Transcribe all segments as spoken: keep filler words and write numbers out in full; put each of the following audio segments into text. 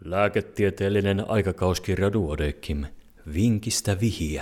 Lääketieteellinen aikakauskirja Duodeckim. Vinkistä vihiä.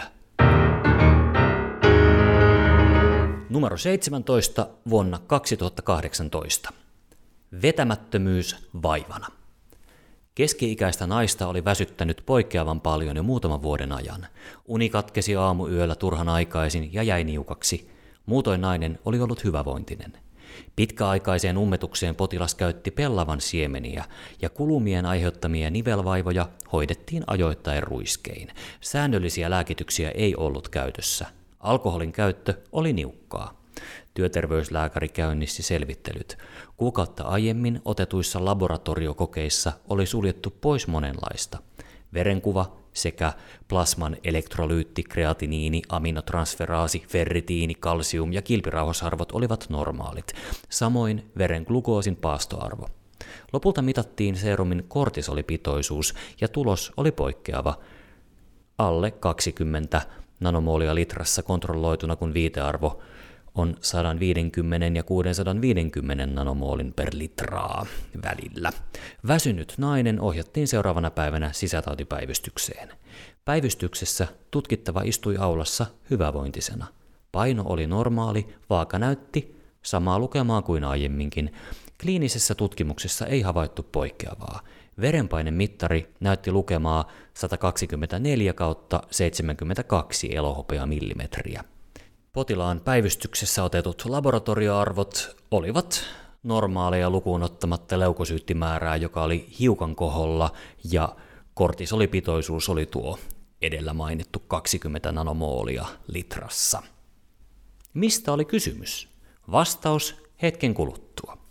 Numero seitsemäntoista vuonna kaksituhattakahdeksantoista. Vetämättömyys vaivana. Keski-ikäistä naista oli väsyttänyt poikkeavan paljon jo muutaman vuoden ajan. Uni katkesi aamuyöllä turhan aikaisin ja jäi niukaksi. Muutoin nainen oli ollut hyvävointinen. Pitkäaikaiseen ummetukseen potilas käytti pellavan siemeniä ja kulumien aiheuttamia nivelvaivoja hoidettiin ajoittain ruiskein. Säännöllisiä lääkityksiä ei ollut käytössä. Alkoholin käyttö oli niukkaa. Työterveyslääkäri käynnisti selvittelyt. Kuukautta aiemmin otetuissa laboratoriokokeissa oli suljettu pois monenlaista. Verenkuva sekä plasman elektrolyytti, kreatiniini, aminotransferaasi, ferritiini, kalsium ja kilpirauhasarvot olivat normaalit, samoin veren glukoosin paastoarvo. Lopulta mitattiin serumin kortisolipitoisuus ja tulos oli poikkeava, alle kaksikymmentä nanomolia litrassa kontrolloituna, kun viitearvo on sata viisikymmentä ja kuusisataaviisikymmentä nanomoolin per litraa välillä. Väsynyt nainen ohjattiin seuraavana päivänä sisätautipäivystykseen. Päivystyksessä tutkittava istui aulassa hyvävointisena. Paino oli normaali, vaaka näytti samaa lukemaa kuin aiemminkin. Kliinisessä tutkimuksessa ei havaittu poikkeavaa. Verenpainemittari näytti lukemaa sata kaksikymmentäneljä kautta seitsemänkymmentäkaksi elohopeamillimetriä. Potilaan päivystyksessä otetut laboratorioarvot olivat normaaleja lukuun ottamatta leukosyyttimäärää, joka oli hiukan koholla, ja kortisolipitoisuus oli tuo edellä mainittu kaksikymmentä nanomoolia litrassa. Mistä oli kysymys? Vastaus hetken kuluttua.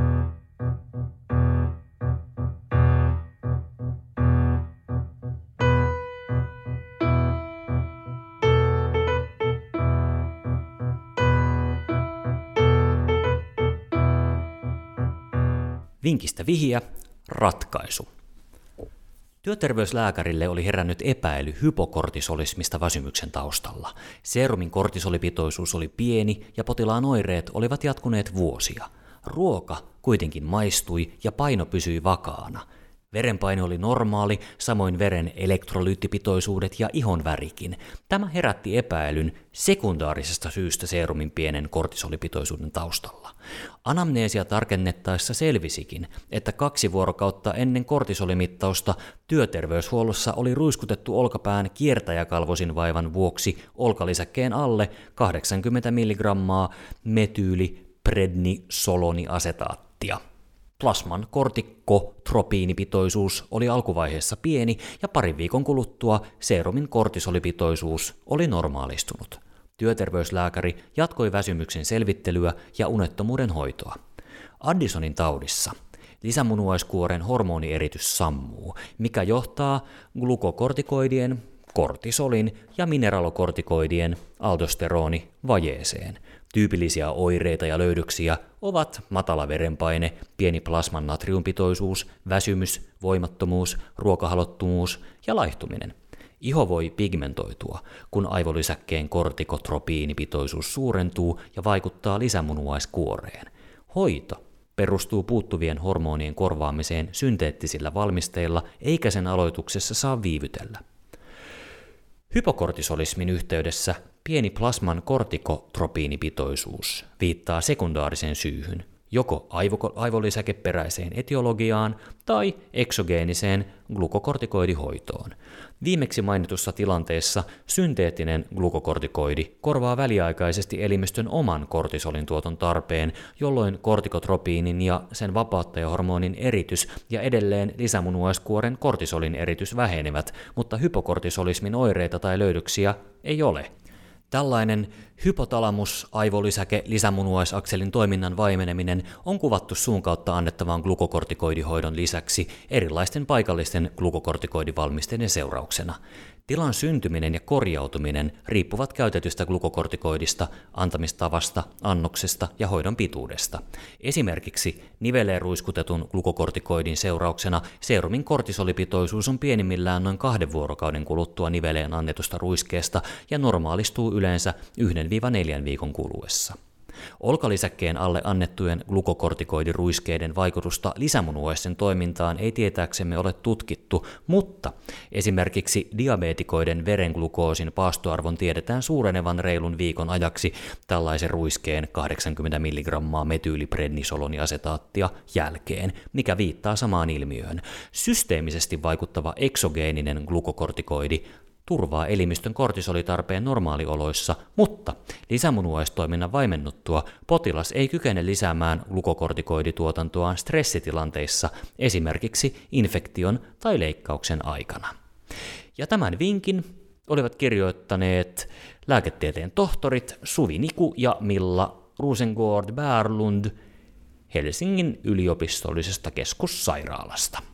Vinkistä vihiä, ratkaisu. Työterveyslääkärille oli herännyt epäily hypokortisolismista väsymyksen taustalla. Serumin kortisolipitoisuus oli pieni ja potilaan oireet olivat jatkuneet vuosia. Ruoka kuitenkin maistui ja paino pysyi vakaana. Verenpaine oli normaali, samoin veren elektrolyyttipitoisuudet ja ihon värikin. Tämä herätti epäilyn sekundaarisesta syystä serumin pienen kortisolipitoisuuden taustalla. Anamneesia tarkennettaessa selvisikin, että kaksi vuorokautta ennen kortisolimittausta työterveyshuollossa oli ruiskutettu olkapään kiertäjäkalvosin vaivan vuoksi olkalisäkkeen alle kahdeksankymmentä milligrammaa metyyli-prednisoloniasetaattia. Plasman kortikkotropiinipitoisuus oli alkuvaiheessa pieni ja parin viikon kuluttua serumin kortisolipitoisuus oli normaalistunut. Työterveyslääkäri jatkoi väsymyksen selvittelyä ja unettomuuden hoitoa. Addisonin taudissa lisämunuaiskuoren hormonieritys sammuu, mikä johtaa glukokortikoidien, kortisolin ja mineralokortikoidien aldosteronivajeeseen. Tyypillisiä oireita ja löydöksiä ovat matala verenpaine, pieni plasman natriumpitoisuus, väsymys, voimattomuus, ruokahaluttomuus ja laihtuminen. Iho voi pigmentoitua, kun aivolisäkkeen kortikotropiinipitoisuus suurentuu ja vaikuttaa lisämunuaiskuoreen. Hoito perustuu puuttuvien hormonien korvaamiseen synteettisillä valmisteilla, eikä sen aloituksessa saa viivytellä. Hypokortisolismin yhteydessä pieni plasman kortikotropiinipitoisuus viittaa sekundaariseen syyhyn, joko aivo- aivolisäkeperäiseen etiologiaan tai eksogeeniseen glukokortikoidihoitoon. Viimeksi mainitussa tilanteessa synteettinen glukokortikoidi korvaa väliaikaisesti elimistön oman kortisolin tuoton tarpeen, jolloin kortikotropiinin ja sen vapauttajahormonin eritys ja edelleen lisämunuaiskuoren kortisolin eritys vähenevät, mutta hypokortisolismin oireita tai löydöksiä ei ole. Tällainen hypotalamus-aivolisäke-lisämunuaisakselin toiminnan vaimeneminen on kuvattu suun kautta annettavan glukokortikoidihoidon lisäksi erilaisten paikallisten glukokortikoidivalmisteiden seurauksena. Tilan syntyminen ja korjautuminen riippuvat käytetystä glukokortikoidista, antamistavasta, annoksesta ja hoidon pituudesta. Esimerkiksi niveleen ruiskutetun glukokortikoidin seurauksena serumin kortisolipitoisuus on pienimmillään noin kahden vuorokauden kuluttua niveleen annetusta ruiskeesta ja normaalistuu yleensä yhdestä neljään viikon kuluessa. Olkalisäkkeen alle annettujen glukokortikoidiruiskeiden vaikutusta lisämunuaisten toimintaan ei tietääksemme ole tutkittu, mutta esimerkiksi diabeetikoiden verenglukoosin paastoarvon tiedetään suurenevan reilun viikon ajaksi tällaisen ruiskeen kahdeksankymmentä milligrammaa metyyliprednisoloniasetaattia jälkeen, mikä viittaa samaan ilmiöön. Systeemisesti vaikuttava eksogeeninen glukokortikoidi turvaa elimistön kortisolitarpeen normaalioloissa, mutta lisämunuaistoiminnan vaimennuttua potilas ei kykene lisäämään glukokortikoidituotantoaan stressitilanteissa, esimerkiksi infektion tai leikkauksen aikana. Ja tämän vinkin olivat kirjoittaneet lääketieteen tohtorit Suvi Niku ja Milla Rosengård Bärlund Helsingin yliopistollisesta keskussairaalasta.